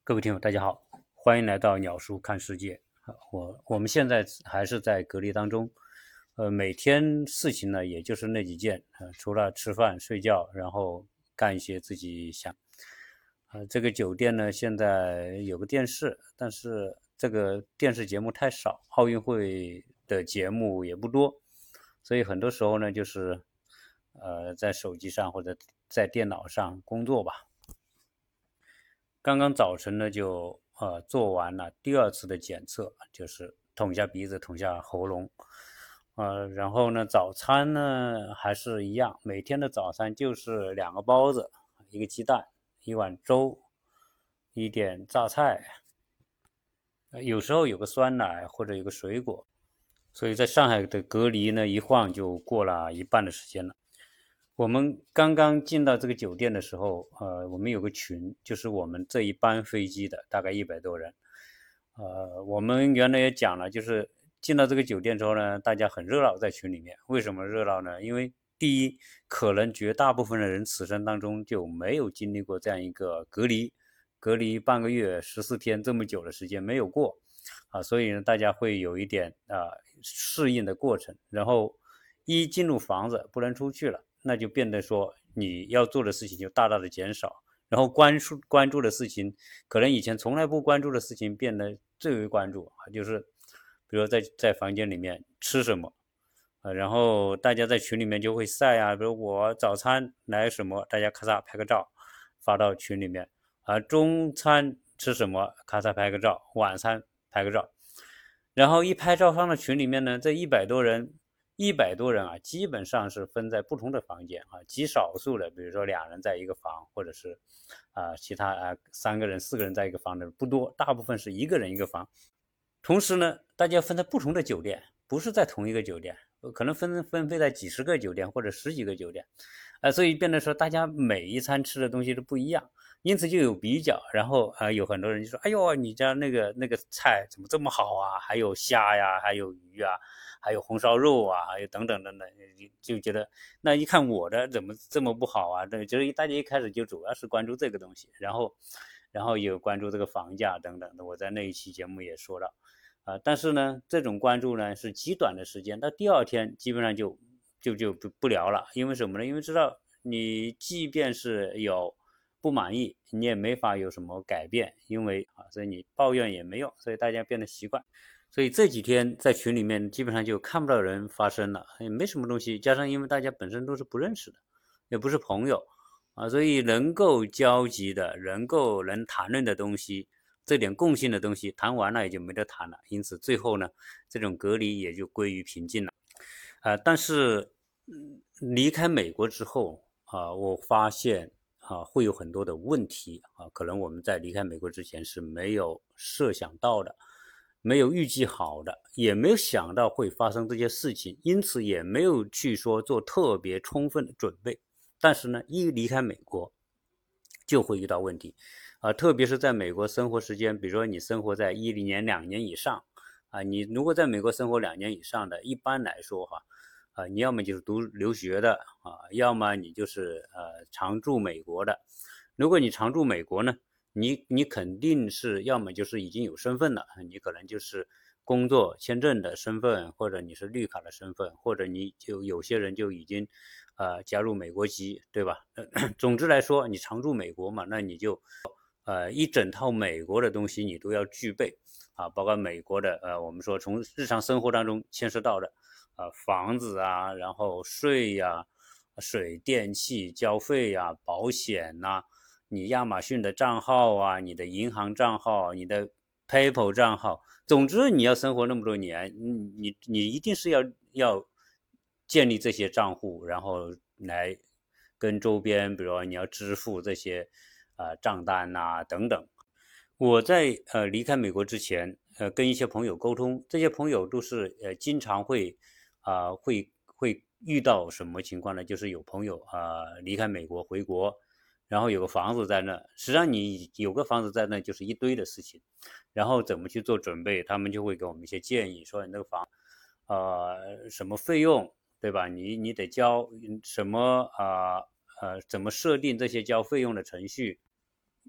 各位听友，大家好，欢迎来到鸟叔看世界。我们现在还是在隔离当中，每天事情呢，也就是那几件，除了吃饭、睡觉，然后干一些自己想。这个酒店呢，现在有个电视，但是这个电视节目太少，奥运会的节目也不多，所以很多时候呢，就是在手机上或者在电脑上工作吧。刚刚早晨呢就做完了第二次的检测，就是捅一下鼻子，捅一下喉咙，然后呢早餐呢还是一样，每天的早餐就是2个包子，一个鸡蛋，一碗粥，一点榨菜，有时候有个酸奶或者有个水果，所以在上海的隔离呢一晃就过了一半的时间了。我们刚刚进到这个酒店的时候，我们有个群，就是我们这一班飞机的，大概100多人。我们原来也讲了，就是进到这个酒店之后呢，大家很热闹在群里面。为什么热闹呢？因为第一，可能绝大部分的人此生当中就没有经历过这样一个隔离，隔离半个月、14天这么久的时间没有过，所以呢，大家会有一点适应的过程。然后一进入房子不能出去了。那就变得说你要做的事情就大大的减少，然后关注的事情，可能以前从来不关注的事情变得最为关注啊，就是比如在房间里面吃什么然后大家在群里面就会晒啊，比如我早餐来什么，大家咔嚓拍个照发到群里面中餐吃什么，咔嚓拍个照，晚餐拍个照，然后一拍照放到群里面呢，这一百多人啊，基本上是分在不同的房间极少数的，比如说2人在一个房，或者是其他3个人、4个人在一个房的不多，大部分是一个人一个房。同时呢，大家分在不同的酒店，不是在同一个酒店，可能分配在几十个酒店或者十几个酒店，所以变得说大家每一餐吃的东西都不一样，因此就有比较，然后有很多人就说，哎呦，你家那个菜怎么这么好啊？还有虾呀，还有鱼啊，还有红烧肉啊，还有等等等等，就觉得那一看我的怎么这么不好啊？就是大家一开始就主要是关注这个东西，然后也有关注这个房价等等的，我在那一期节目也说到。但是呢，这种关注呢是极短的时间，到第二天基本上就不聊了，因为什么呢？因为知道你即便是有不满意，你也没法有什么改变，因为所以你抱怨也没用，所以大家变得习惯。所以这几天在群里面基本上就看不到人发声了，也没什么东西，加上因为大家本身都是不认识的，也不是朋友所以能够交集的、能谈论的东西，这点共性的东西谈完了也就没得谈了，因此最后呢，这种隔离也就归于平静了。但是离开美国之后我发现会有很多的问题可能我们在离开美国之前是没有设想到的，没有预计好的，也没有想到会发生这些事情，因此也没有去说做特别充分的准备。但是呢，一离开美国就会遇到问题特别是在美国生活时间，比如说你生活在10年、2年以上你如果在美国生活2年以上的，一般来说你要么就是读留学的要么你就是常驻美国的。如果你常驻美国呢，你肯定是要么就是已经有身份了，你可能就是工作签证的身份，或者你是绿卡的身份，或者你就有些人就已经加入美国籍，对吧？总之来说，你常驻美国嘛，那你就一整套美国的东西你都要具备包括美国的我们说从日常生活当中牵涉到的房子然后税水电气交费保险你亚马逊的账号你的银行账号，你的 PayPal 账号，总之你要生活那么多年，你一定是要建立这些账户，然后来跟周边，比如说你要支付这些账单等等。我在离开美国之前，跟一些朋友沟通，这些朋友都是经常会遇到什么情况呢？就是有朋友离开美国回国，然后有个房子在那，实际上你有个房子在那就是一堆的事情，然后怎么去做准备，他们就会给我们一些建议，说你那个房什么费用，对吧？你得交什么怎么设定这些交费用的程序，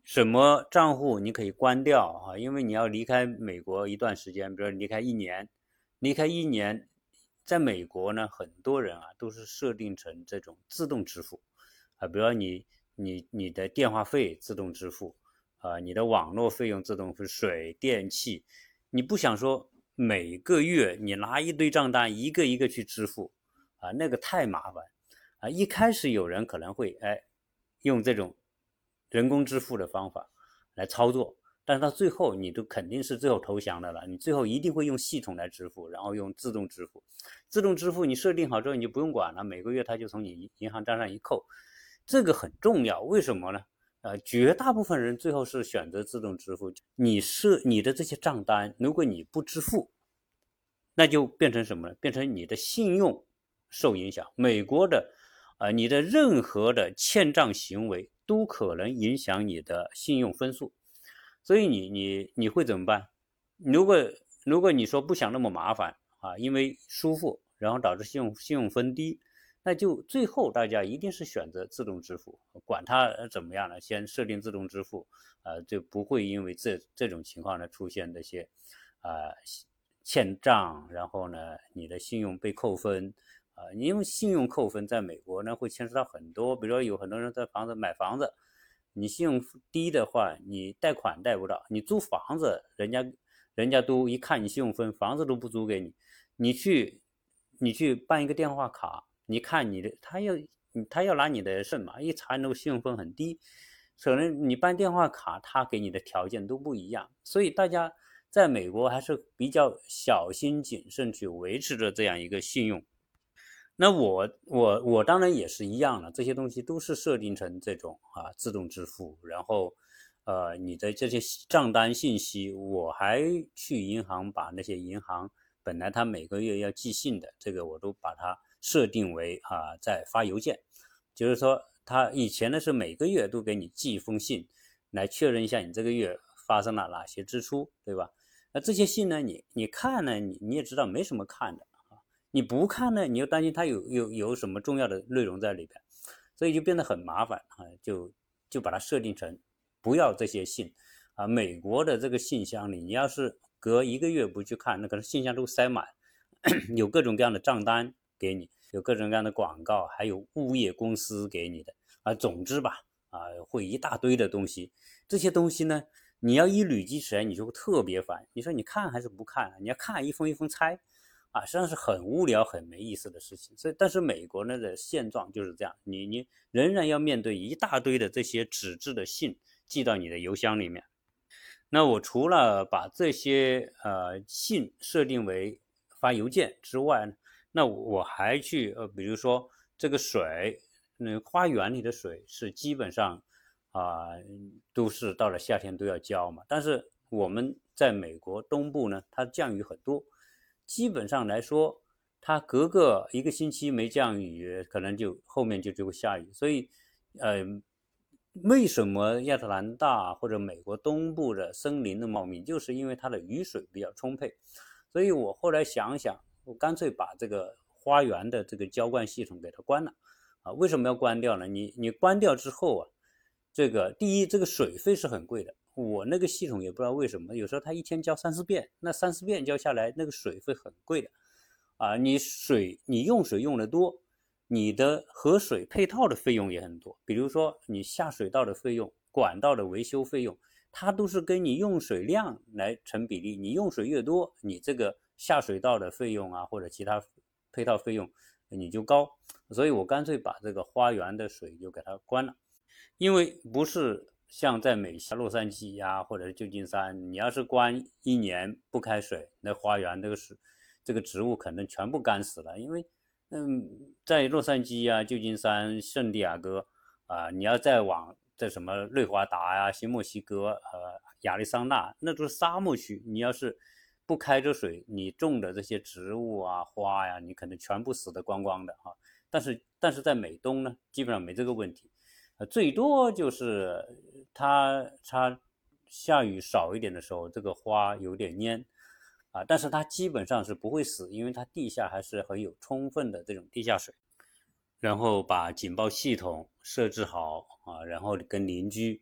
什么账户你可以关掉啊？因为你要离开美国一段时间，比如说离开一年，离开一年，在美国呢，很多人啊都是设定成这种自动支付啊，比如说你的电话费自动支付啊，你的网络费用自动付，水电气，你不想说每个月你拿一堆账单一个一个去支付啊，那个太麻烦啊。一开始有人可能会用这种人工支付的方法来操作，但是到最后你都肯定是最后投降的了，你最后一定会用系统来支付，然后用自动支付。自动支付你设定好之后你就不用管了，每个月它就从你银行账上一扣，这个很重要。为什么呢？绝大部分人最后是选择自动支付。你的这些账单，如果你不支付，那就变成什么呢？变成你的信用受影响。美国的你的任何的欠账行为都可能影响你的信用分数，所以你会怎么办？如果你说不想那么麻烦啊，因为舒服，然后导致信用分低，那就最后大家一定是选择自动支付，管它怎么样呢？先设定自动支付，就不会因为这种情况呢出现这些欠账，然后呢你的信用被扣分。因为信用扣分在美国呢会牵涉到很多，比如说有很多人在买房子，你信用低的话，你贷款贷不到，你租房子，人家都一看你信用分，房子都不租给你，你去办一个电话卡，你看你的他要拿你的证嘛，一查你的信用分很低，可能你办电话卡，他给你的条件都不一样，所以大家在美国还是比较小心谨慎去维持着这样一个信用。那我当然也是一样的，这些东西都是设定成这种自动支付，然后你的这些账单信息，我还去银行把那些银行本来他每个月要寄信的，这个我都把它设定为在发邮件，就是说他以前呢是每个月都给你寄一封信，来确认一下你这个月发生了哪些支出，对吧？那这些信呢，你看呢，你也知道没什么看的。你不看呢，你又担心它有什么重要的内容在里边，所以就变得很麻烦就把它设定成不要这些信美国的这个信箱里，你要是隔一个月不去看，那可能信箱都塞满，有各种各样的账单给你，有各种各样的广告，还有物业公司给你的总之吧会一大堆的东西，这些东西呢，你要一累积起来，你就会特别烦。你说你看还是不看你要看一封一封猜。实际上是很无聊、很没意思的事情。所以，但是美国呢的现状就是这样，你仍然要面对一大堆的这些纸质的信寄到你的邮箱里面。那我除了把这些信设定为发邮件之外呢，那我还去比如说这个水，花园里的水是基本上都是到了夏天都要浇嘛，但是我们在美国东部呢，它降雨很多。基本上来说，它隔个一个星期没降雨，可能就后面就会下雨。所以，为什么亚特兰大或者美国东部的森林的茂密，就是因为它的雨水比较充沛。所以我后来想想，我干脆把这个花园的这个浇灌系统给它关了。为什么要关掉呢？你关掉之后这个第一，这个水费是很贵的。我那个系统也不知道为什么，有时候它一天浇3、4遍，那3、4遍浇下来，那个水费很贵的你用水用的多，你的和水配套的费用也很多，比如说你下水道的费用、管道的维修费用，它都是跟你用水量来成比例，你用水越多，你这个下水道的费用或者其他配套费用你就高，所以我干脆把这个花园的水就给它关了。因为不是像在美西洛杉矶或者是旧金山，你要是关一年不开水，那花园这个植物可能全部干死了。因为在洛杉矶旧金山、圣地亚哥你要再往这什么内华达新墨西哥亚利桑那，那都是沙漠区，你要是不开着水，你种的这些植物花你可能全部死得光光的但是在美东呢，基本上没这个问题。最多就是它下雨少一点的时候，这个花有点蔫但是它基本上是不会死，因为它地下还是很有充分的这种地下水。然后把警报系统设置好然后跟邻居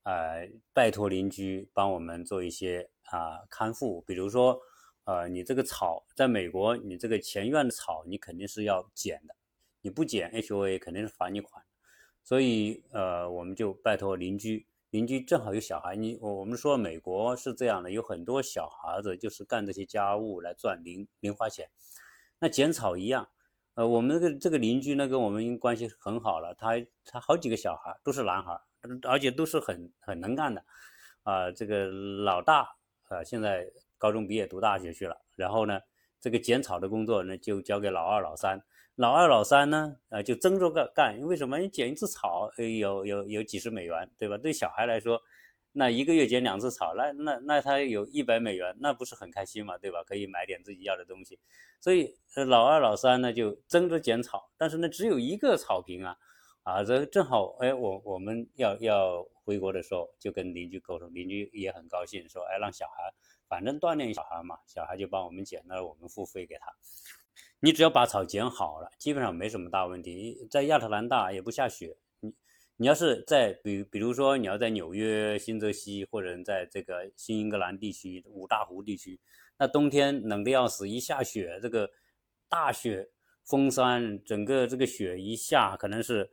拜托邻居帮我们做一些看护，比如说你这个草在美国，你这个前院的草你肯定是要剪的，你不剪 HOA 肯定是罚你款，所以我们就拜托邻居，邻居正好有小孩，我们说美国是这样的，有很多小孩子就是干这些家务来赚零花钱，那剪草一样。我们这个邻居呢，跟我们关系很好了，他好几个小孩都是男孩，而且都是很能干的，这个老大现在高中毕业读大学去了，然后呢，这个剪草的工作呢就交给老二老三，老二老三呢就争着干，为什么？你剪一次草有几十美元，对吧？对小孩来说，那一个月剪2次草，那他有100美元，那不是很开心嘛，对吧？可以买点自己要的东西。所以老二老三呢就争着剪草，但是呢只有一个草坪这正好我们要回国的时候就跟邻居沟通，邻居也很高兴，说让小孩反正锻炼小孩嘛，小孩就帮我们剪，那我们付费给他。你只要把草剪好了，基本上没什么大问题。在亚特兰大也不下雪，你要是在比如说你要在纽约、新泽西或者在这个新英格兰地区、五大湖地区，那冬天冷得要死，一下雪，这个大雪封山，整个这个雪一下可能是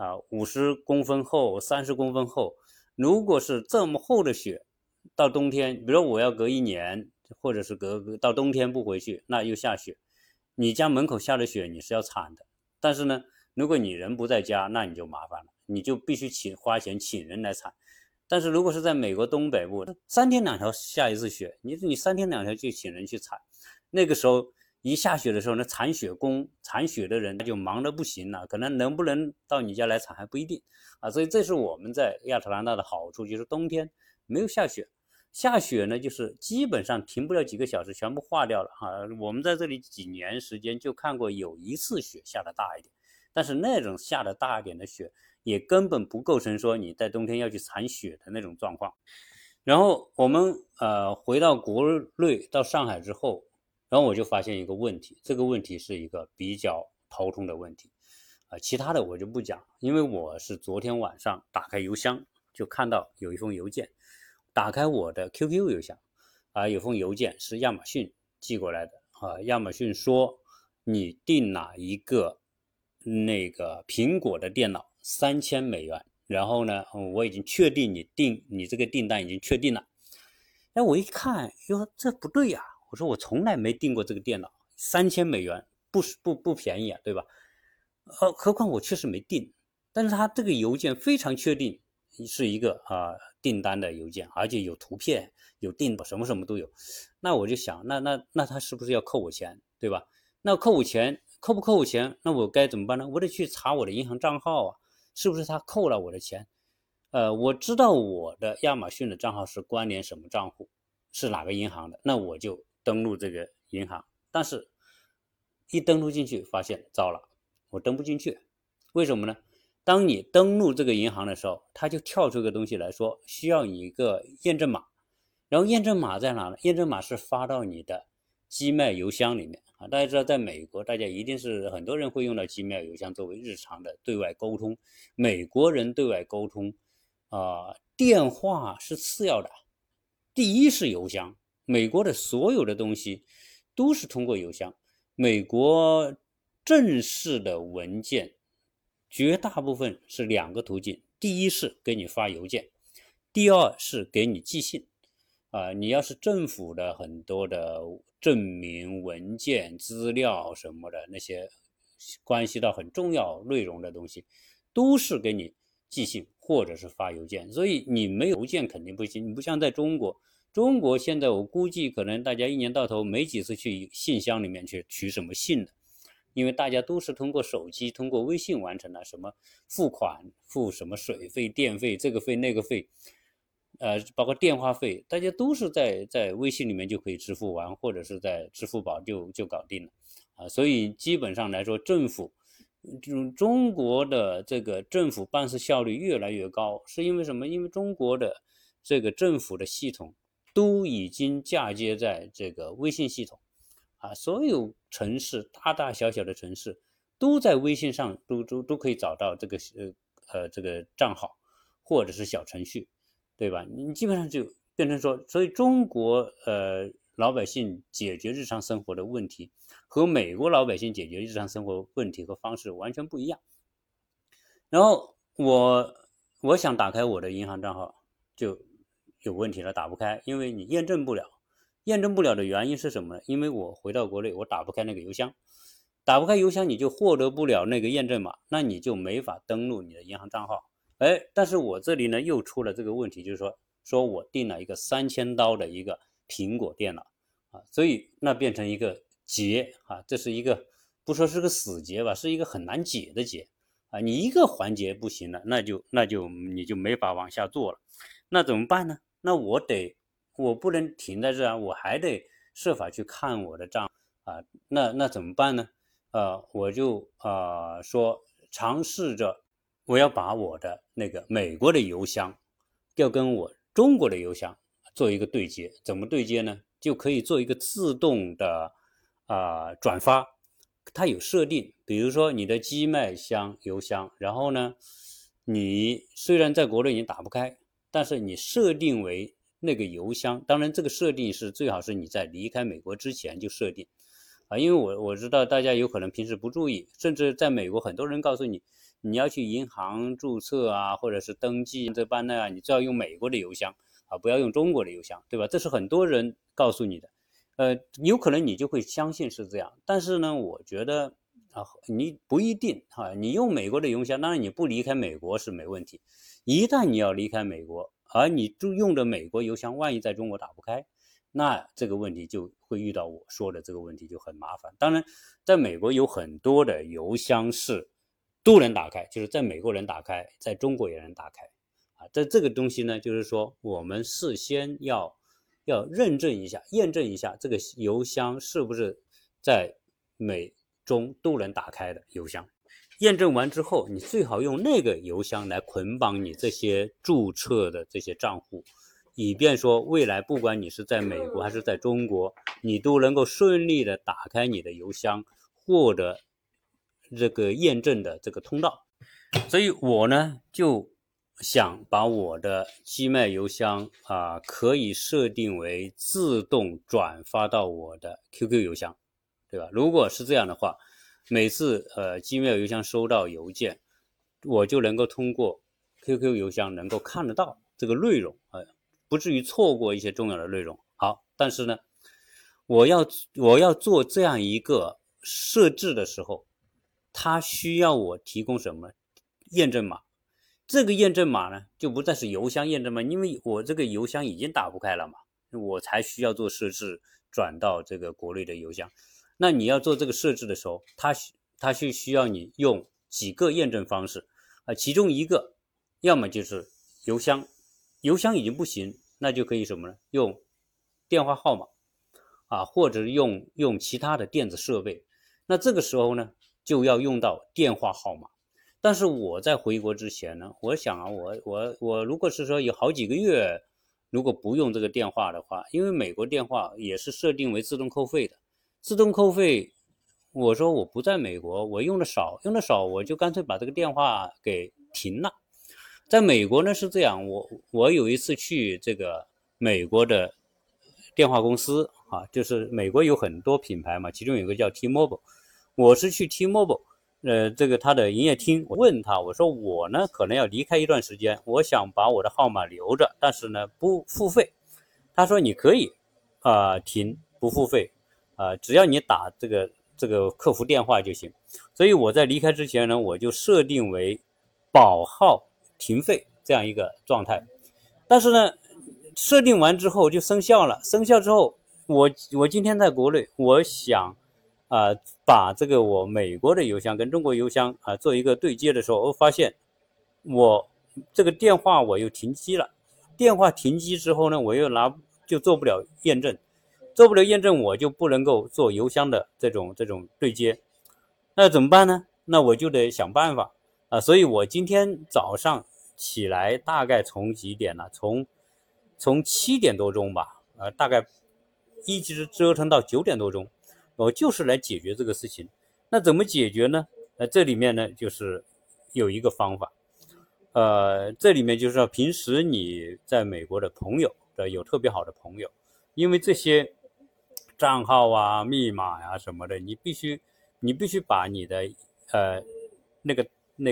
50公分厚、30公分厚。如果是这么厚的雪，到冬天，比如我要隔1年，或者是到冬天不回去，那又下雪，你家门口下的雪你是要铲的。但是呢，如果你人不在家，那你就麻烦了，你就必须花钱请人来铲。但是如果是在美国东北部，3天2条下一次雪，你3天2条就请人去铲。那个时候一下雪的时候呢，铲雪的人他就忙得不行了，可能能不能到你家来铲还不一定所以这是我们在亚特兰大的好处，就是冬天没有下雪。下雪呢，就是基本上停不了几个小时，全部化掉了我们在这里几年时间就看过有一次雪下的大一点，但是那种下的大一点的雪也根本不构成说你在冬天要去铲雪的那种状况。然后我们回到国内到上海之后，然后我就发现一个问题，这个问题是一个比较头痛的问题其他的我就不讲，因为我是昨天晚上打开邮箱就看到有一封邮件，打开我的 QQ 邮箱有封邮件是亚马逊寄过来的亚马逊说你订哪一个那个苹果的电脑$3000，然后呢我已经确定你这个订单已经确定了。我一看哟，这不对呀，我说我从来没订过这个电脑，$3000不便宜对吧？何况我确实没订，但是他这个邮件非常确定是一个订单的邮件，而且有图片有订什么什么都有。那我就想那他是不是要扣我钱，对吧？那扣我钱，扣不扣我钱，那我该怎么办呢？我得去查我的银行账号是不是他扣了我的钱？我知道我的亚马逊的账号是关联什么账户，是哪个银行的，那我就登录这个银行。但是一登录进去发现糟了，我登不进去。为什么呢？当你登录这个银行的时候，它就跳出一个东西来说需要你一个验证码，然后验证码在哪呢？验证码是发到你的 Gmail 邮箱里面大家知道在美国大家一定是很多人会用到 Gmail 邮箱作为日常的对外沟通。美国人对外沟通电话是次要的，第一是邮箱。美国的所有的东西都是通过邮箱。美国正式的文件绝大部分是2个途径，第一是给你发邮件，第二是给你寄信你要是政府的很多的证明文件资料什么的，那些关系到很重要内容的东西都是给你寄信或者是发邮件，所以你没有邮件肯定不行。你不像在中国现在我估计可能大家一年到头没几次去信箱里面去取什么信的，因为大家都是通过手机通过微信完成的，什么付款付什么水费电费这个费那个费包括电话费，大家都是在微信里面就可以支付完，或者是在支付宝就搞定了所以基本上来说政府中国的这个政府办事效率越来越高，是因为什么？因为中国的这个政府的系统都已经嫁接在这个微信系统所有城市大大小小的城市都在微信上都可以找到这个这个账号或者是小程序对吧？你基本上就变成说，所以中国老百姓解决日常生活的问题和美国老百姓解决日常生活问题和方式完全不一样。然后我想打开我的银行账号就有问题了，打不开，因为你验证不了。验证不了的原因是什么呢？因为我回到国内，我打不开那个邮箱，打不开邮箱你就获得不了那个验证码，那你就没法登录你的银行账号。但是我这里呢又出了这个问题，就是说我订了一个$3000的一个苹果电脑啊，所以那变成一个结啊，这是一个不说是个死结吧，是一个很难解的结啊。你一个环节不行了，那就你就没法往下做了。那怎么办呢？那我不能停在这啊，我还得设法去看我的账啊。那怎么办呢？我就说尝试着我要把我的那个美国的邮箱要跟我中国的邮箱做一个对接。怎么对接呢？就可以做一个自动的转发。它有设定，比如说你的Gmail箱邮箱，然后呢你虽然在国内已经打不开，但是你设定为那个邮箱，当然这个设定是最好是你在离开美国之前就设定啊，因为我知道大家有可能平时不注意，甚至在美国很多人告诉你你要去银行注册啊，或者是登记这办那啊，你就要用美国的邮箱啊，不要用中国的邮箱，对吧？这是很多人告诉你的。有可能你就会相信是这样，但是呢，我觉得你不一定你用美国的邮箱，当然你不离开美国是没问题。一旦你要离开美国，而你用的美国邮箱万一在中国打不开，那这个问题就会遇到我说的这个问题，就很麻烦。当然，在美国有很多的邮箱是都能打开，就是在美国能打开，在中国也能打开这个东西呢，就是说我们事先要认证一下、验证一下这个邮箱是不是在美中都能打开的邮箱。验证完之后，你最好用那个邮箱来捆绑你这些注册的这些账户，以便说未来不管你是在美国还是在中国，你都能够顺利的打开你的邮箱，获得这个验证的这个通道。所以我呢就想把我的Gmail邮箱可以设定为自动转发到我的 QQ 邮箱，对吧？如果是这样的话，每次Gmail邮箱收到邮件，我就能够通过 QQ 邮箱能够看得到这个内容不至于错过一些重要的内容。好，但是呢，我要做这样一个设置的时候，它需要我提供什么验证码？这个验证码呢，就不再是邮箱验证码，因为我这个邮箱已经打不开了嘛，我才需要做设置，转到这个国内的邮箱。那你要做这个设置的时候，它是需要你用几个验证方式其中一个，要么就是邮箱，邮箱已经不行，那就可以什么呢？用电话号码或者用其他的电子设备。那这个时候呢，就要用到电话号码。但是我在回国之前呢，我想我如果是说有好几个月，如果不用这个电话的话，因为美国电话也是设定为自动扣费的，自动扣费，我说我不在美国，我用的少，我就干脆把这个电话给停了。在美国呢是这样，我有一次去这个美国的电话公司就是美国有很多品牌嘛，其中有一个叫 T-Mobile， 我是去 T-Mobile。这个他的营业厅，我问他，我说我呢可能要离开一段时间，我想把我的号码留着，但是呢不付费。他说你可以停不付费只要你打这个客服电话就行。所以我在离开之前呢，我就设定为保号停费这样一个状态。但是呢，设定完之后就生效了，生效之后，我今天在国内，我想把这个我美国的邮箱跟中国邮箱做一个对接的时候，我发现我这个电话我又停机了。电话停机之后呢，我又就做不了验证，我就不能够做邮箱的这种对接。那怎么办呢？那我就得想办法所以我今天早上起来大概从几点呢？从7点多钟吧大概一直折腾到9点多钟，我就是来解决这个事情。那怎么解决呢？这里面呢就是有一个方法这里面就是说，平时你在美国的朋友有特别好的朋友，因为这些账号啊、密码呀、什么的，你必须把你的呃那个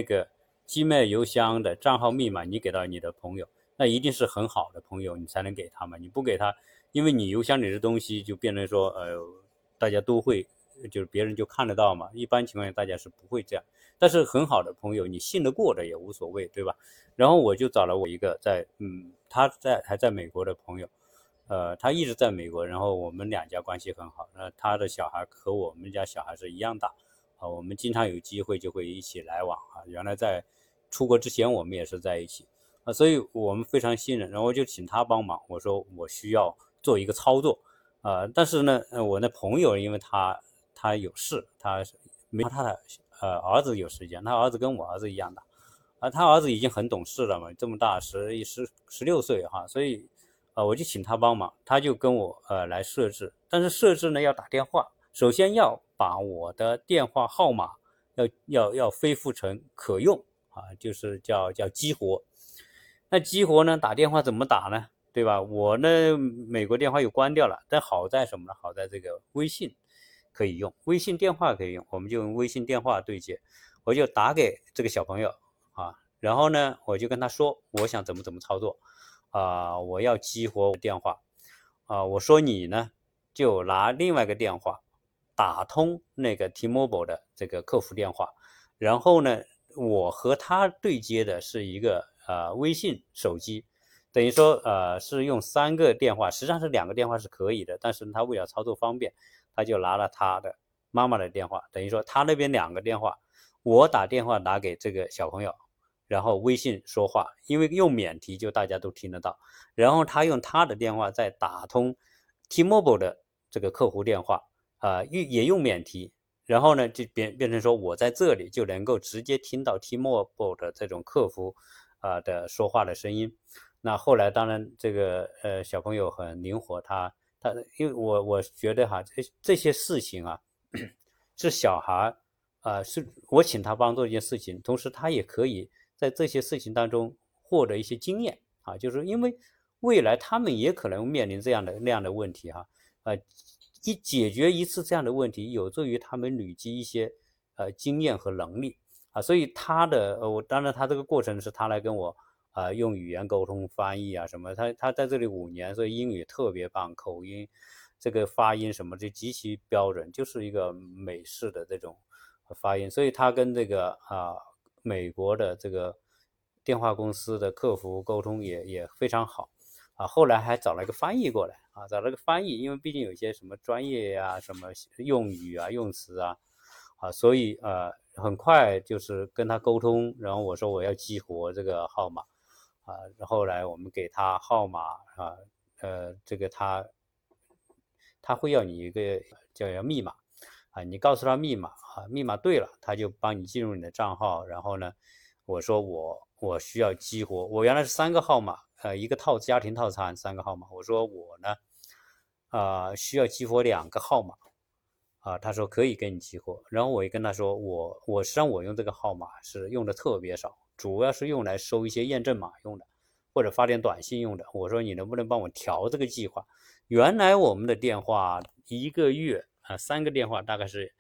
Gmail 邮箱的账号密码你给到你的朋友，那一定是很好的朋友，你才能给他们。你不给他，因为你邮箱里的东西就变成说大家都会，就是别人就看得到嘛。一般情况下大家是不会这样。但是很好的朋友，你信得过的也无所谓，对吧？然后我就找了我一个他还在美国的朋友，他一直在美国，然后我们两家关系很好，他的小孩和我们家小孩是一样大，我们经常有机会就会一起来往啊。原来在出国之前我们也是在一起所以我们非常信任，然后我就请他帮忙，我说我需要做一个操作但是呢，我那朋友因为他有事，他没他的儿子有时间，他儿子跟我儿子一样大他儿子已经很懂事了嘛，这么大16岁哈，所以我就请他帮忙，他就跟我来设置，但是设置呢要打电话，首先要把我的电话号码要恢复成可用就是叫激活。那激活呢，打电话怎么打呢？对吧？我呢美国电话又关掉了，但好在什么呢？好在这个微信可以用，微信电话可以用，我们就用微信电话对接，我就打给这个小朋友然后呢我就跟他说我想怎么操作我要激活电话我说你呢就拿另外一个电话打通那个 T-Mobile 的这个客服电话，然后呢我和他对接的是一个微信手机，等于说是用3个电话，实际上是2个电话是可以的，但是他为了操作方便，他就拿了他的妈妈的电话，等于说他那边2个电话，我打电话打给这个小朋友，然后微信说话，因为用免提就大家都听得到，然后他用他的电话再打通 T-Mobile 的这个客户电话也用免提，然后呢就变成说我在这里就能够直接听到 T-Mobile 的这种客服的说话的声音。那后来当然这个小朋友很灵活，他因为我觉得这些事情是小孩是我请他帮做一件事情，同时他也可以在这些事情当中获得一些经验就是因为未来他们也可能面临这样的那样的问题解决一次这样的问题，有助于他们累积一些经验和能力所以当然他这个过程是他来跟我用语言沟通翻译什么，他在这里5年，所以英语特别棒，口音这个发音什么就极其标准，就是一个美式的这种发音，所以他跟这个美国的这个电话公司的客服沟通也非常好后来还找了一个翻译过来找了个翻译，因为毕竟有一些什么专业什么用语用词所以很快就是跟他沟通，然后我说我要激活这个号码后来我们给他号码这个他会要你一个叫密码你告诉他密码密码对了，他就帮你进入你的账号，然后呢我说我需要激活，我原来是3个号码一个家庭套餐3个号码，我说我呢需要激活2个号码他说可以给你激活，然后我也跟他说实际上我用这个号码是用的特别少，主要是用来收一些验证码用的，或者发点短信用的，我说你能不能帮我调这个计划，原来我们的电话1个月3个电话大概是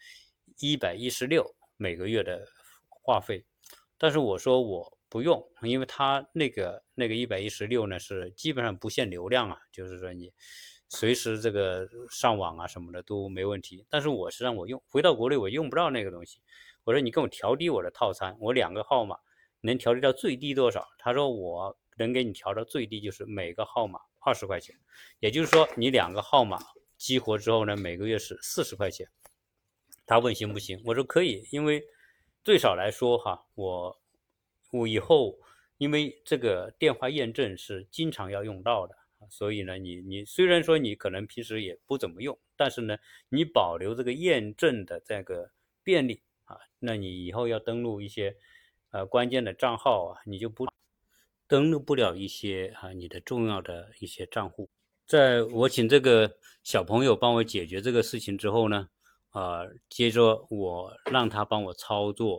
116每个月的话费，但是我说我不用，因为他那个116呢是基本上不限流量就是说你随时这个上网什么的都没问题，但是我实际上回到国内我用不到那个东西，我说你跟我调低我的套餐，我2个号码能调低到最低多少，他说我能给你调到最低就是每个号码20块钱，也就是说你2个号码激活之后呢每个月是40块钱，他问行不行，我说可以，因为最少来说我以后因为这个电话验证是经常要用到的，所以呢你虽然说你可能平时也不怎么用，但是呢你保留这个验证的这个便利那你以后要登录一些关键的账号你就不登录不了一些你的重要的一些账户。在我请这个小朋友帮我解决这个事情之后呢接着我让他帮我操作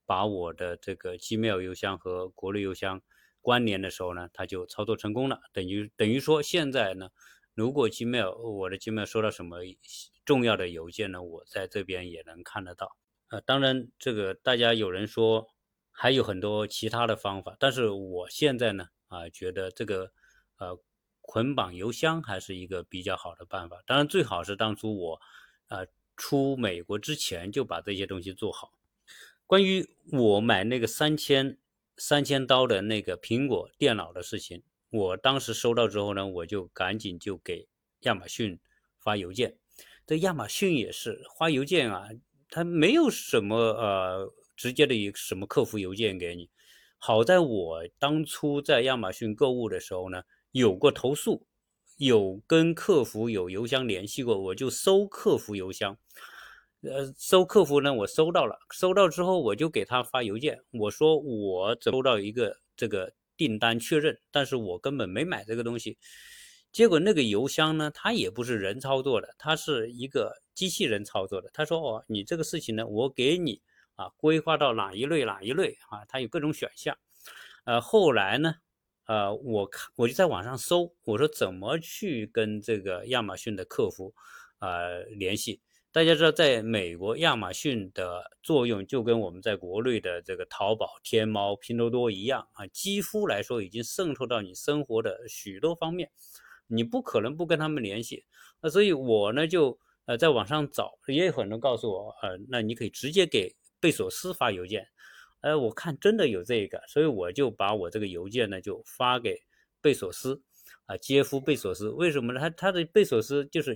把我的这个 Gmail 邮箱和国内邮箱关联的时候呢，他就操作成功了，等于说现在呢，如果我的 Gmail 收到什么重要的邮件呢，我在这边也能看得到。当然这个大家有人说还有很多其他的方法，但是我现在呢觉得这个捆绑邮箱还是一个比较好的办法。当然最好是当初我出美国之前就把这些东西做好。关于我买那个3000刀的那个苹果电脑的事情，我当时收到之后呢，我就赶紧就给亚马逊发邮件。这亚马逊也是发邮件啊，它没有什么直接的什么客服邮件给你。好在我当初在亚马逊购物的时候呢，有过投诉，有跟客服有邮箱联系过，我就搜客服邮箱。搜客服呢，我收到了，收到之后我就给他发邮件，我说我收到一个这个订单确认，但是我根本没买这个东西。结果那个邮箱呢，它也不是人操作的，它是一个机器人操作的。他说哦，你这个事情呢，我给你规划到哪一类它有各种选项。后来呢，我就在网上搜，我说怎么去跟这个亚马逊的客服联系。大家知道，在美国亚马逊的作用就跟我们在国内的这个淘宝、天猫、拼多多一样几乎来说已经渗透到你生活的许多方面，你不可能不跟他们联系。所以我呢就在网上找，也有很多人告诉我那你可以直接给贝索斯发邮件。我看真的有这个，所以我就把我这个邮件呢就发给贝索斯杰夫贝索斯。为什么呢？他的贝索斯就是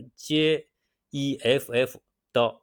JEFF 到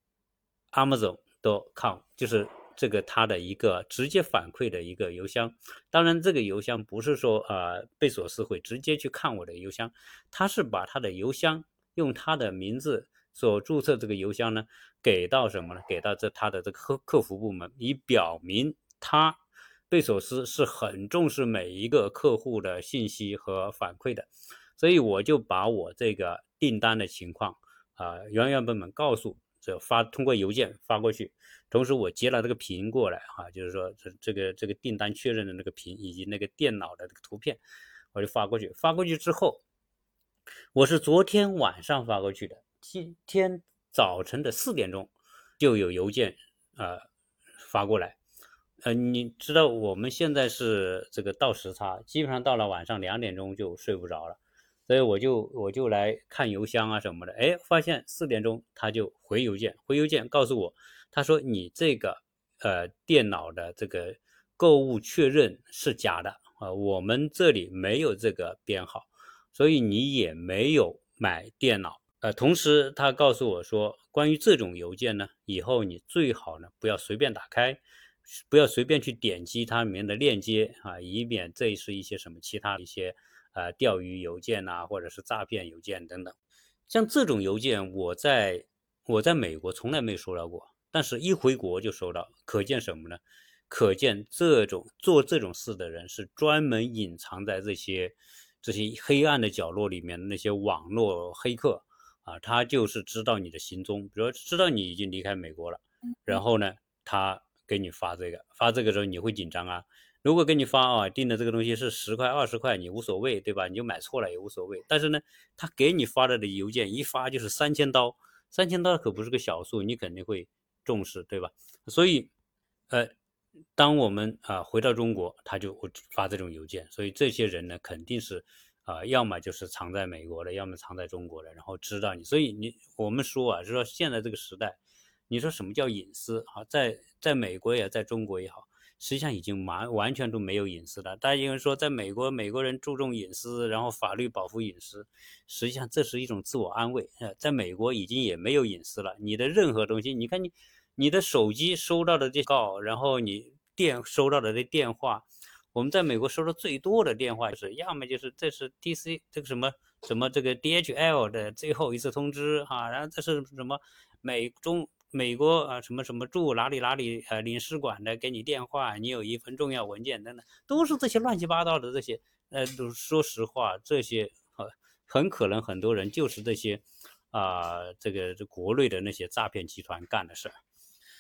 Amazon.com， 就是这个他的一个直接反馈的一个邮箱。当然这个邮箱不是说贝索斯会直接去看我的邮箱，他是把他的邮箱用他的名字所注册这个邮箱呢给到什么呢？给到他的这个客服部门，以表明他贝索斯是很重视每一个客户的信息和反馈的。所以我就把我这个订单的情况原原本本告诉通过邮件发过去。同时我截了这个屏过来就是说这个订单确认的那个屏以及那个电脑的这个图片，我就发过去。发过去之后，我是昨天晚上发过去的，今天早晨的4点钟就有邮件发过来。你知道我们现在是这个倒时差，基本上到了晚上2点钟就睡不着了，所以我就来看邮箱什么的。发现4点钟他就回邮件告诉我，他说你这个电脑的这个购物确认是假的我们这里没有这个编号，所以你也没有买电脑。同时他告诉我说，关于这种邮件呢，以后你最好呢不要随便打开，不要随便去点击它里面的链接以免这是一些什么其他的一些钓鱼邮件或者是诈骗邮件等等。像这种邮件我在美国从来没收到过，但是一回国就收到，可见什么呢？可见做这种事的人是专门隐藏在这些黑暗的角落里面的那些网络黑客他就是知道你的行踪，比如说知道你已经离开美国了，然后呢他给你发这个时候你会紧张如果给你发订的这个东西是10块20块你无所谓对吧？你就买错了也无所谓。但是呢他给你发的邮件一发就是3000刀，3000刀可不是个小数，你肯定会重视对吧？所以当我们回到中国，他就会发这种邮件，所以这些人呢肯定是要么就是藏在美国的，要么藏在中国的，然后知道你。所以我们说就说现在这个时代，你说什么叫隐私在美国也在中国也好，实际上已经完全都没有隐私了。大家因为说在美国人注重隐私，然后法律保护隐私，实际上这是一种自我安慰在美国已经也没有隐私了，你的任何东西，你看你的手机收到的这然后你收到的这电话，我们在美国收到最多的电话就是要么就是这是 DC 这个什么这个 DHL 的最后一次通知然后这是什么美国什么什么驻哪里领事馆的给你电话，你有一份重要文件等等，都是这些乱七八糟的这些说实话这些很可能很多人就是这些这国内的那些诈骗集团干的事。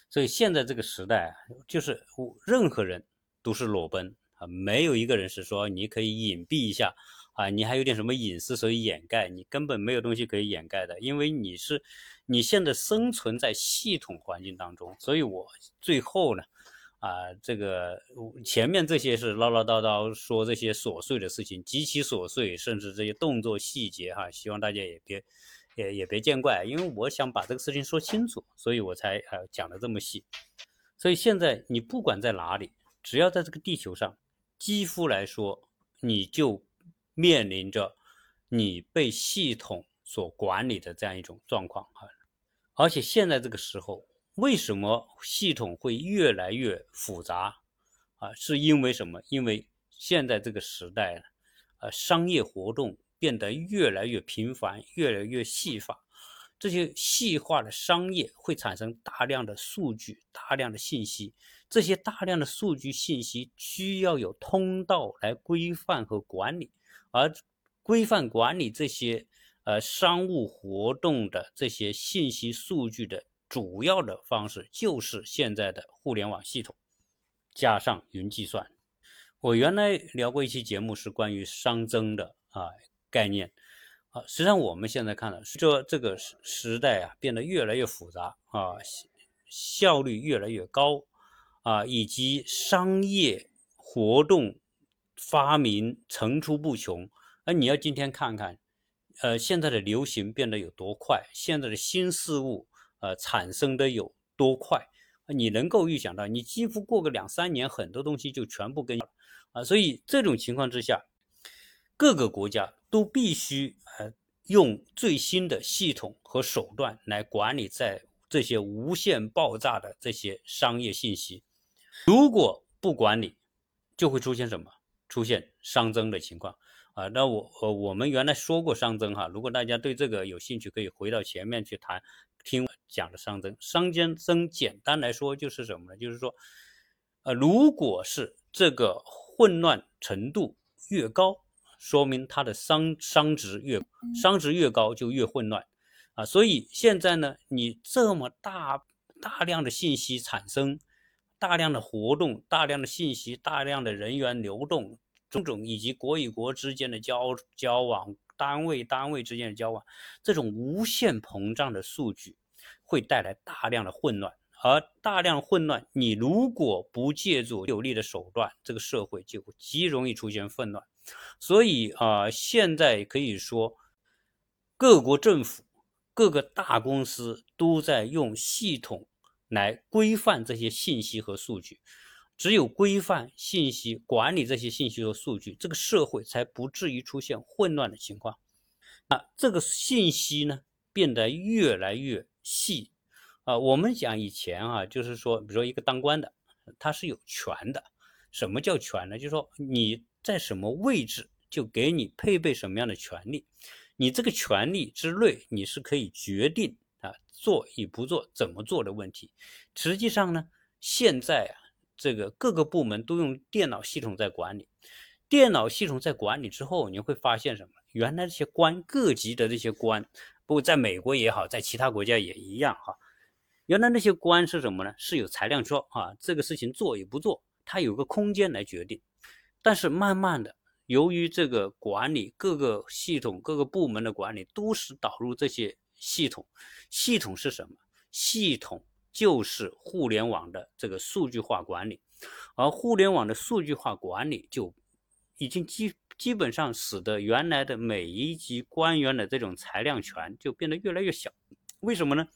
所以现在这个时代啊，就是任何人都是裸奔啊，没有一个人是说你可以隐蔽一下啊，你还有点什么隐私所以掩盖，你根本没有东西可以掩盖的，因为你现在生存在系统环境当中。所以我最后呢这个前面这些是唠唠叨叨说这些琐碎的事情，极其琐碎，甚至这些动作细节希望大家也别见怪，因为我想把这个事情说清楚，所以我才讲的这么细。所以现在你不管在哪里，只要在这个地球上，几乎来说你就面临着你被系统所管理的这样一种状况。而且现在这个时候，为什么系统会越来越复杂是因为什么？因为现在这个时代商业活动变得越来越频繁，越来越细化。这些细化的商业会产生大量的数据，大量的信息。这些大量的数据信息需要有通道来规范和管理，而规范管理这些商务活动的这些信息数据的主要的方式就是现在的互联网系统加上云计算。我原来聊过一期节目是关于熵增的概念实际上我们现在看到这个时代变得越来越复杂效率越来越高以及商业活动发明层出不穷。你要今天看看现在的流行变得有多快，现在的新事物产生的有多快，你能够预想到，你几乎过个2-3年，很多东西就全部跟所以这种情况之下，各个国家都必须用最新的系统和手段来管理在这些无限爆炸的这些商业信息。如果不管理，就会出现什么？出现熵增的情况那我们原来说过熵增如果大家对这个有兴趣，可以回到前面去听我讲的熵增。熵增简单来说就是什么呢？就是说如果是这个混乱程度越高，说明它的熵值越高就越混乱所以现在呢，你这么大量的信息产生，大量的活动，大量的信息，大量的人员流动，种种以及国与国之间的交往，单位之间的交往，这种无限膨胀的数据会带来大量的混乱。而大量混乱，你如果不借助有力的手段，这个社会就极容易出现混乱。所以现在可以说，各国政府、各个大公司都在用系统来规范这些信息和数据。只有规范信息，管理这些信息和数据，这个社会才不至于出现混乱的情况。这个信息呢，变得越来越细我们讲以前就是说，比如说一个当官的，他是有权的。什么叫权呢？就是说你在什么位置，就给你配备什么样的权利。你这个权利之内，你是可以决定做与不做，怎么做的问题。实际上呢，现在这个各个部门都用电脑系统在管理。电脑系统在管理之后，你会发现什么？原来这些官，各级的这些官，不过在美国也好，在其他国家也一样原来那些官是什么呢？是有裁量说这个事情做与不做，它有个空间来决定。但是慢慢的，由于这个管理，各个系统、各个部门的管理都是导入这些系统。系统是什么？系统就是互联网的这个数据化管理。而互联网的数据化管理就已经基本上使得原来的每一级官员的这种裁量权就变得越来越小。为什么呢？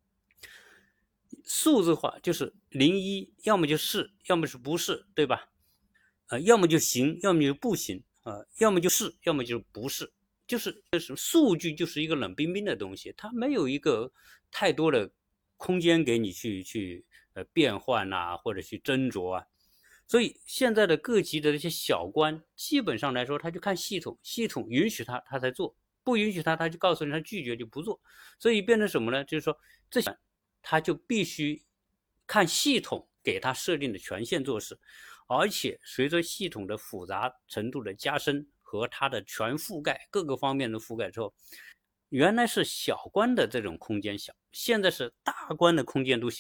数字化就是01，要么就是，要么是不是，对吧？要么就行，要么就不行要么就是，要么就是不是。就是数据就是一个冷冰冰的东西，它没有一个太多的空间给你去变换或者去斟酌所以现在的各级的这些小官，基本上来说，他就看系统，系统允许他才做，不允许他就告诉你他拒绝就不做。所以变成什么呢？就是说这些他就必须看系统给他设定的权限做事。而且随着系统的复杂程度的加深和它的全覆盖，各个方面的覆盖之后，原来是小官的这种空间小，现在是大官的空间都小。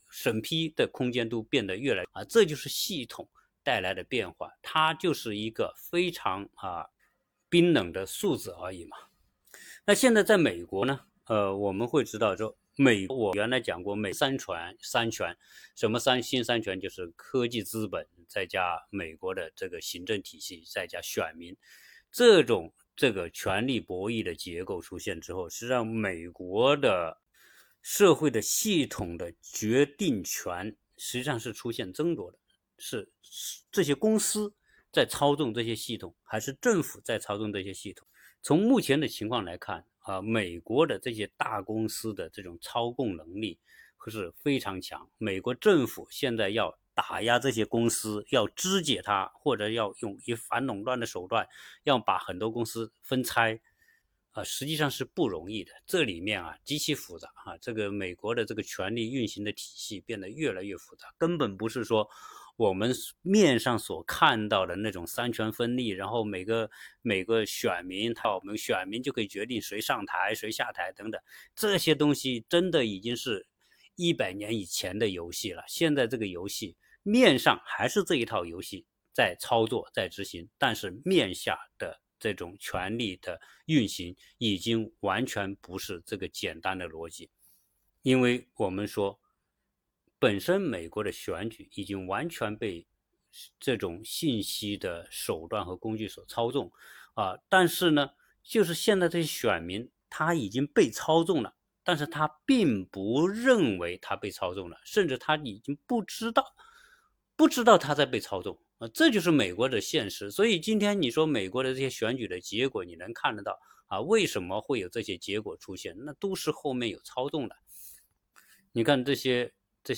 审批的空间都变得越来这就是系统带来的变化，它就是一个非常冰冷的数字而已嘛。那现在在美国呢，我们会知道说，美国我原来讲过三权，什么新三权就是科技资本，再加美国的这个行政体系，再加选民，这个权力博弈的结构出现之后，实际上美国的社会的系统的决定权实际上是出现争夺的，是这些公司在操纵这些系统，还是政府在操纵这些系统？从目前的情况来看美国的这些大公司的这种操控能力是非常强，美国政府现在要打压这些公司，要肢解它，或者要用反垄断的手段，要把很多公司分拆实际上是不容易的。这里面极其复杂这个美国的这个权力运行的体系变得越来越复杂，根本不是说我们面上所看到的那种三权分立，然后每个选民我们选民就可以决定谁上台谁下台等等，这些东西真的已经是100年以前的游戏了。现在这个游戏面上还是这一套游戏在操作在执行，但是面下的这种权力的运行已经完全不是这个简单的逻辑。因为我们说本身美国的选举已经完全被这种信息的手段和工具所操纵但是呢就是现在这些选民他已经被操纵了，但是他并不认为他被操纵了，甚至他已经不知道他在被操纵这就是美国的现实。所以今天你说美国的这些选举的结果你能看得到为什么会有这些结果出现，那都是后面有操纵的。你看这些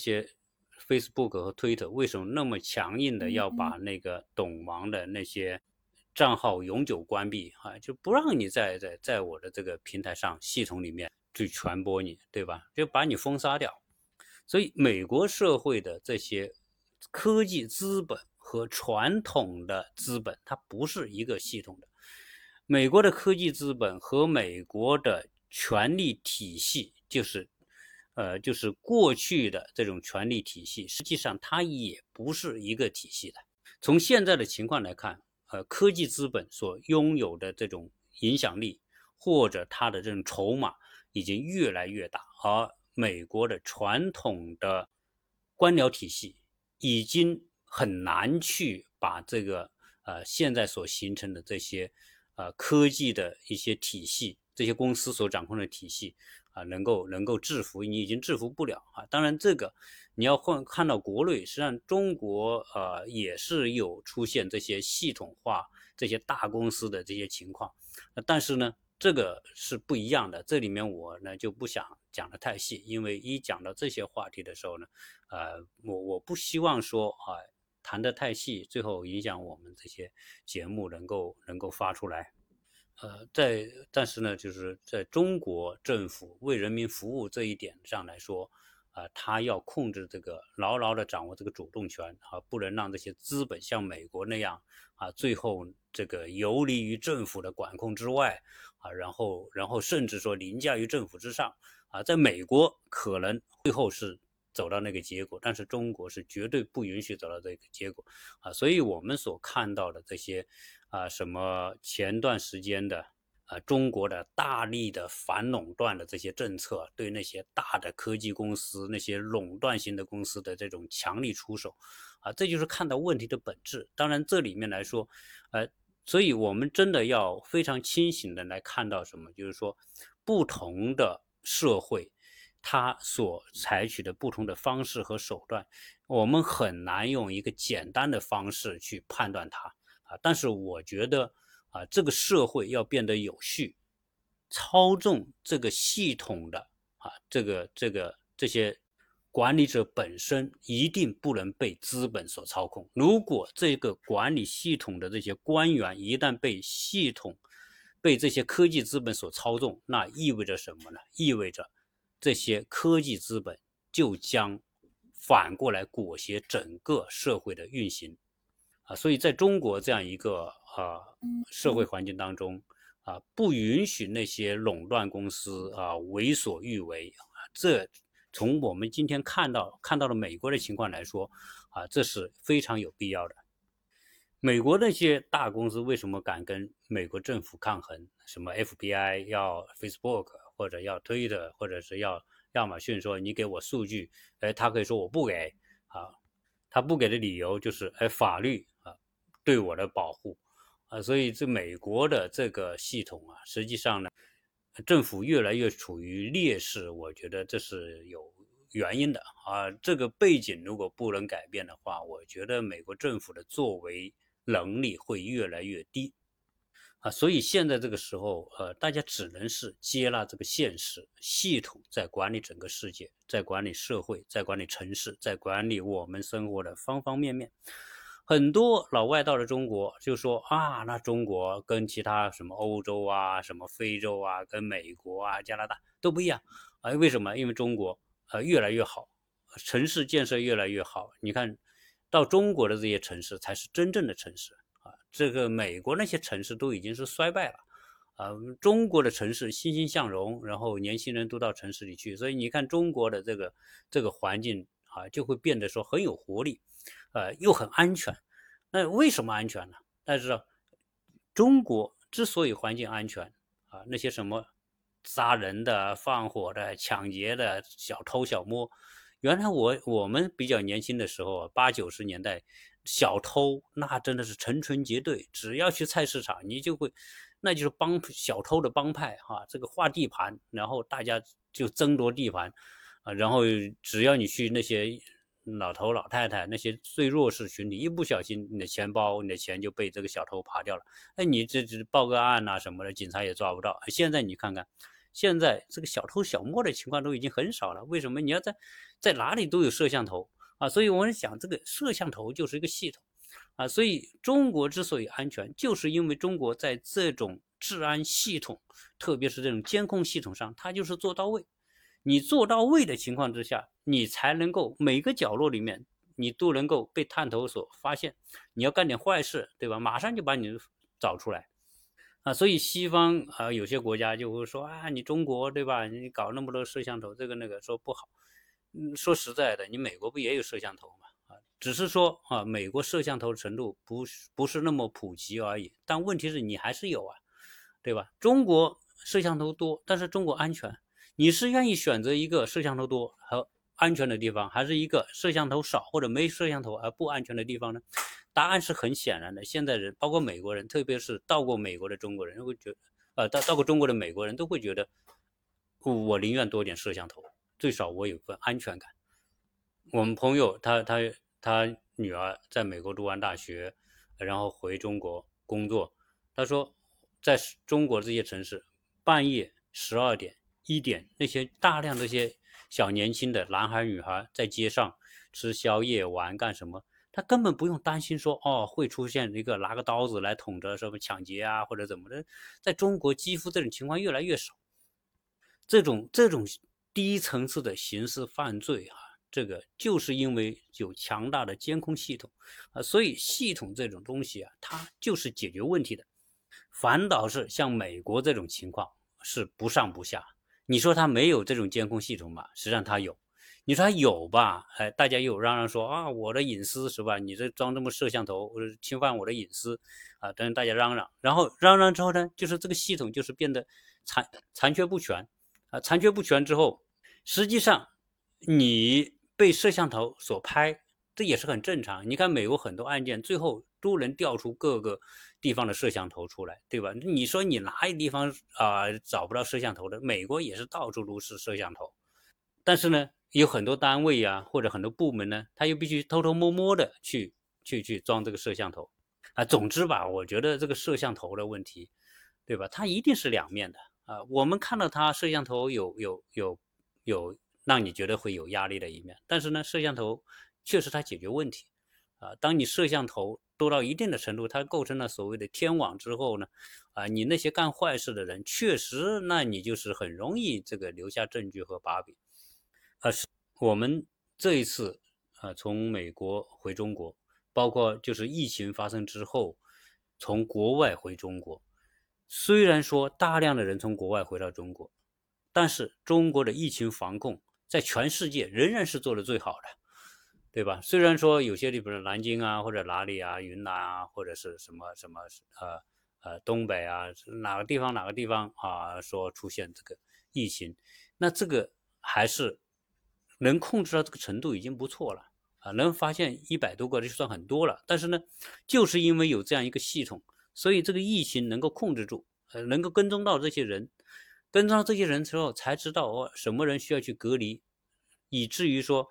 Facebook 和 Twitter 为什么那么强硬的要把那个懂王的那些账号永久关闭就不让你在我的这个平台上系统里面去传播你，对吧？就把你封杀掉。所以美国社会的这些科技资本和传统的资本它不是一个系统的。美国的科技资本和美国的权力体系就是过去的这种权力体系，实际上它也不是一个体系的。从现在的情况来看科技资本所拥有的这种影响力或者它的这种筹码已经越来越大，而美国的传统的官僚体系已经很难去把这个现在所形成的这些科技的一些体系，这些公司所掌控的体系能够制服，你已经制服不了当然这个你要看到国内，实际上中国也是有出现这些系统化这些大公司的这些情况但是呢这个是不一样的。这里面我呢就不想讲得太细，因为一讲到这些话题的时候呢我不希望说谈得太细，最后影响我们这些节目能够发出来但是呢就是在中国政府为人民服务这一点上来说他要控制这个牢牢的掌握这个主动权不能让这些资本像美国那样最后这个游离于政府的管控之外然后甚至说凌驾于政府之上在美国可能最后是走到那个结果，但是中国是绝对不允许走到这个结果所以我们所看到的这些什么前段时间的中国的大力的反垄断的这些政策，对那些大的科技公司那些垄断型的公司的这种强力出手这就是看到问题的本质。当然这里面来说所以我们真的要非常清醒的来看到什么，就是说不同的社会它所采取的不同的方式和手段，我们很难用一个简单的方式去判断它但是我觉得这个社会要变得有序，操纵这个系统的这些管理者本身一定不能被资本所操控。如果这个管理系统的这些官员一旦被这些科技资本所操纵，那意味着什么呢？意味着这些科技资本就将反过来裹挟整个社会的运行所以在中国这样一个社会环境当中不允许那些垄断公司为所欲为这从我们今天看到的美国的情况来说，这是非常有必要的。美国那些大公司为什么敢跟美国政府抗衡？什么 FBI 要 Facebook 或者要 Twitter 或者是要亚马逊说你给我数据，他可以说我不给啊，他不给的理由就是法律对我的保护所以这美国的这个系统实际上呢，政府越来越处于劣势，我觉得这是有原因的这个背景如果不能改变的话，我觉得美国政府的作为能力会越来越低所以现在这个时候大家只能是接纳这个现实，系统在管理整个世界，在管理社会，在管理城市，在管理我们生活的方方面面。很多老外到了中国就说那中国跟其他什么欧洲什么非洲跟美国加拿大都不一样为什么？因为中国越来越好，城市建设越来越好，你看到中国的这些城市才是真正的城市这个美国那些城市都已经是衰败了中国的城市欣欣向荣，然后年轻人都到城市里去，所以你看中国的这个环境就会变得说很有活力又很安全。那为什么安全呢？大家知道中国之所以环境安全那些什么杀人的、放火的、抢劫的、小偷小摸，原来我们比较年轻的时候80、90年代，小偷那真的是成群结队，只要去菜市场你就会那就是小偷的帮派这个划地盘，然后大家就争夺地盘然后只要你去那些老头老太太那些最弱势群体，一不小心你的钱包你的钱就被这个小偷扒掉了你这报个案什么的，警察也抓不到。现在你看看现在这个小偷小摸的情况都已经很少了，为什么？你要在哪里都有摄像头所以我想这个摄像头就是一个系统所以中国之所以安全，就是因为中国在这种治安系统，特别是这种监控系统上，它就是做到位。你做到位的情况之下，你才能够每个角落里面你都能够被探头所发现。你要干点坏事，对吧？马上就把你找出来所以西方有些国家就会说你中国对吧？你搞那么多摄像头，这个那个说不好。说实在的，你美国不也有摄像头吗？只是说美国摄像头的程度不是那么普及而已。但问题是你还是有对吧？中国摄像头多，但是中国安全。你是愿意选择一个摄像头多和安全的地方，还是一个摄像头少或者没摄像头而不安全的地方呢？答案是很显然的。现在人，包括美国人，特别是到过美国的中国人，会觉得，到过中国的美国人都会觉得，我宁愿多点摄像头，最少我有份安全感。我们朋友他女儿在美国读完大学，然后回中国工作，他说，在中国这些城市，半夜12点、1点，那些大量这些小年轻的男孩女孩在街上吃宵夜玩干什么？他根本不用担心说会出现一个拿个刀子来捅着什么抢劫或者怎么的，在中国几乎这种情况越来越少。这种低层次的刑事犯罪这个就是因为有强大的监控系统所以系统这种东西它就是解决问题的。反倒是像美国这种情况是不上不下。你说它没有这种监控系统吧，实际上它有。你说它有吧，大家又嚷嚷说我的隐私是吧？你这装这么摄像头，侵犯我的隐私等大家嚷嚷，然后嚷嚷之后呢，就是这个系统就是变得残缺不全残缺不全之后，实际上你被摄像头所拍，这也是很正常。你看美国很多案件最后都能调出各个地方的摄像头出来，对吧？你说你哪一地方找不到摄像头的？美国也是到处都是摄像头，但是呢，有很多单位或者很多部门呢，他又必须偷偷摸摸的去装这个摄像头总之吧，我觉得这个摄像头的问题，对吧？它一定是两面的我们看到它摄像头有让你觉得会有压力的一面，但是呢，摄像头确实它解决问题当你摄像头多到一定的程度，它构成了所谓的天网之后呢你那些干坏事的人，确实那你就是很容易这个留下证据和把柄我们这一次从美国回中国，包括就是疫情发生之后从国外回中国，虽然说大量的人从国外回到中国，但是中国的疫情防控在全世界仍然是做的最好的，对吧？虽然说有些地方，南京啊，或者哪里啊，云南啊，或者是什么什么东北啊，哪个地方啊，说出现这个疫情，那这个还是能控制到这个程度已经不错了啊，能发现100多个就算很多了。但是呢，就是因为有这样一个系统，所以这个疫情能够控制住，能够跟踪到这些人，跟踪到这些人之后，才知道什么人需要去隔离，以至于说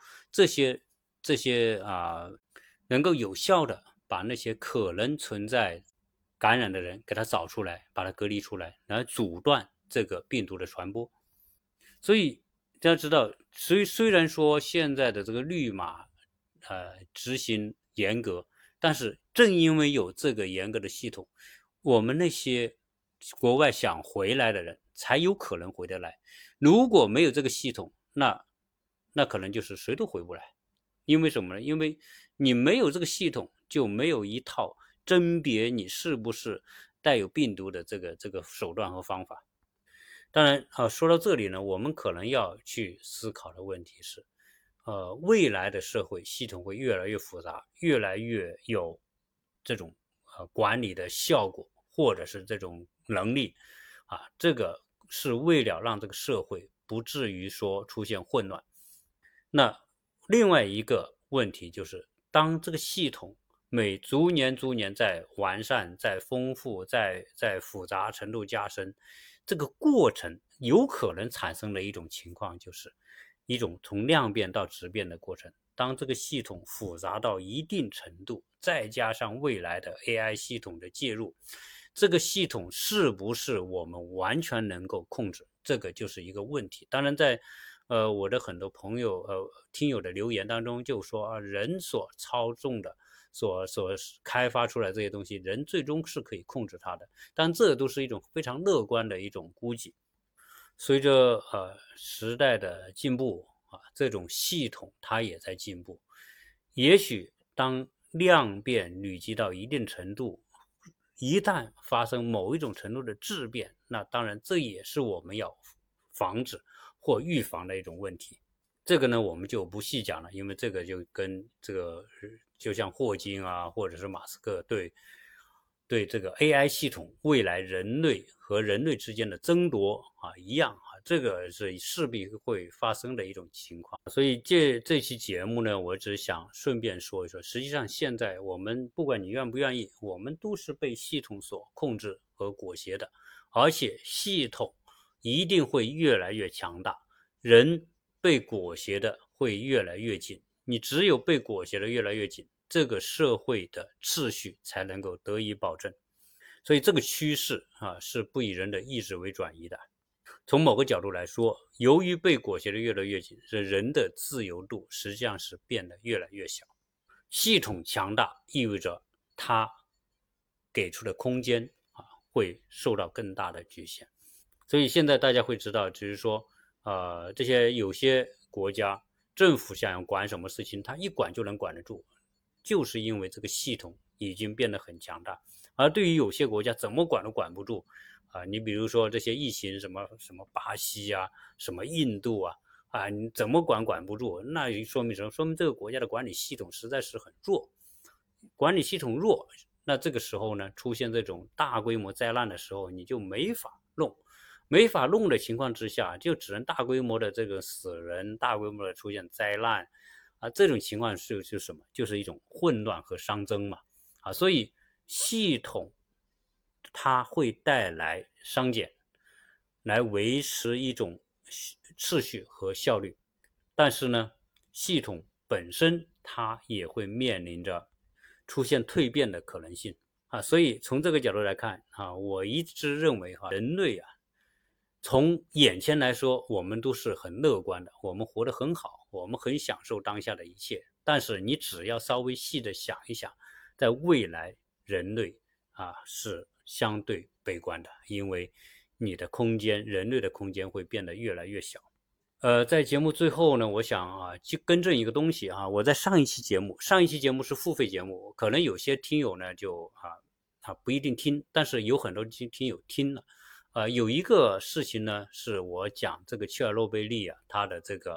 这些能够有效的把那些可能存在感染的人给他找出来，把他隔离出来，来阻断这个病毒的传播。所以大家知道，虽然说现在的这个绿码执行严格，但是正因为有这个严格的系统，我们那些国外想回来的人才有可能回得来。如果没有这个系统，那可能就是谁都回不来。因为什么呢？因为你没有这个系统，就没有一套甄别你是不是带有病毒的这个手段和方法。当然说到这里呢，我们可能要去思考的问题是，未来的社会系统会越来越复杂，越来越有这种管理的效果，或者是这种能力这个是为了让这个社会不至于说出现混乱。那另外一个问题就是，当这个系统逐年在完善、在丰富、在复杂程度加深，这个过程有可能产生的一种情况，就是一种从量变到质变的过程。当这个系统复杂到一定程度，再加上未来的 AI 系统的介入，这个系统是不是我们完全能够控制，这个就是一个问题。当然在我的很多朋友听友的留言当中就说人所操纵的所开发出来这些东西，人最终是可以控制它的，但这都是一种非常乐观的一种估计。随着时代的进步这种系统它也在进步，也许当量变累积到一定程度，一旦发生某一种程度的质变，那当然这也是我们要防止或预防的一种问题。这个呢我们就不细讲了，因为这个就跟这个就像霍金或者是马斯克对这个 AI 系统未来人类和人类之间的争夺一样这个是势必会发生的一种情况。所以借这期节目呢，我只想顺便说一说，实际上现在我们不管你愿不愿意，我们都是被系统所控制和裹挟的，而且系统一定会越来越强大，人被裹挟的会越来越紧，你只有被裹挟的越来越紧，这个社会的秩序才能够得以保证。所以这个趋势是不以人的意志为转移的。从某个角度来说，由于被裹挟的越来越紧，人的自由度实际上是变得越来越小。系统强大意味着它给出的空间会受到更大的局限。所以现在大家会知道，就是说这些有些国家政府想要管什么事情，它一管就能管得住，就是因为这个系统已经变得很强大。而对于有些国家怎么管都管不住你比如说这些疫情什么巴西什么印度你怎么管不住，那说明什么？说明这个国家的管理系统实在是很弱。管理系统弱，那这个时候呢，出现这种大规模灾难的时候，你就没法弄的情况之下，就只能大规模的这个死人，大规模的出现灾难这种情况就是什么？就是一种混乱和熵增嘛所以系统它会带来熵减，来维持一种秩序和效率。但是呢，系统本身它也会面临着出现蜕变的可能性所以从这个角度来看我一直认为人类从眼前来说，我们都是很乐观的，我们活得很好，我们很享受当下的一切。但是你只要稍微细的想一想，在未来人类是相对悲观的，因为你的空间，人类的空间会变得越来越小。在节目最后呢，我想就更正一个东西我在上一期节目是付费节目，可能有些听友呢就不一定听，但是有很多听友听了。有一个事情呢，是我讲这个切尔诺贝利他的这个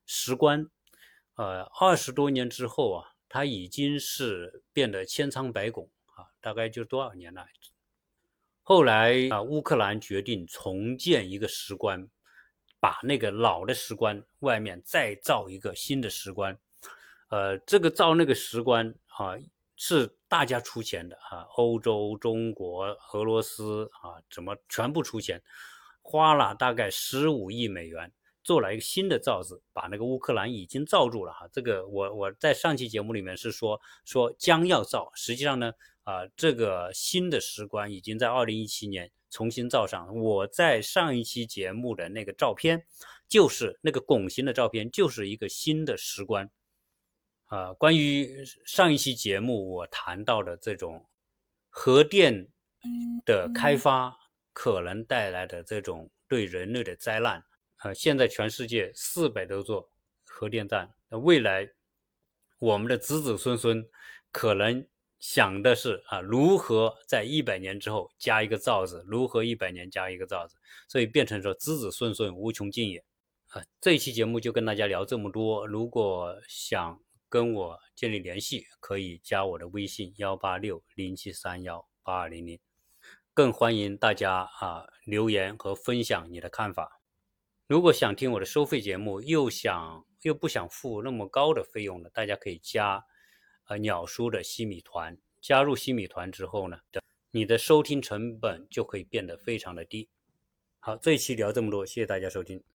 石棺，20多年之后啊，它已经是变得千疮百孔啊，大概就多少年了？后来啊，乌克兰决定重建一个石棺，把那个老的石棺外面再造一个新的石棺。这个造那个石棺啊，是大家出钱的啊，欧洲、中国、俄罗斯啊，怎么全部出钱，花了大概15亿美元，做了一个新的造字，把那个乌克兰已经造住了哈。这个我在上期节目里面是说将要造，实际上呢，这个新的石棺已经在2017年重新造上。我在上一期节目的那个照片，就是那个拱形的照片，就是一个新的石棺。关于上一期节目我谈到的这种核电的开发可能带来的这种对人类的灾难，现在全世界400多座核电站，未来我们的子子孙孙可能想的是如何在100年之后加一个造字，如何100年加一个造字，所以变成说子子孙孙无穷尽也。这一期节目就跟大家聊这么多，如果想跟我建立联系，可以加我的微信18607318200，更欢迎大家留言和分享你的看法。如果想听我的收费节目，又不想付那么高的费用的，大家可以加鸟叔的西米团。加入西米团之后呢，你的收听成本就可以变得非常的低。好，这一期聊这么多，谢谢大家收听。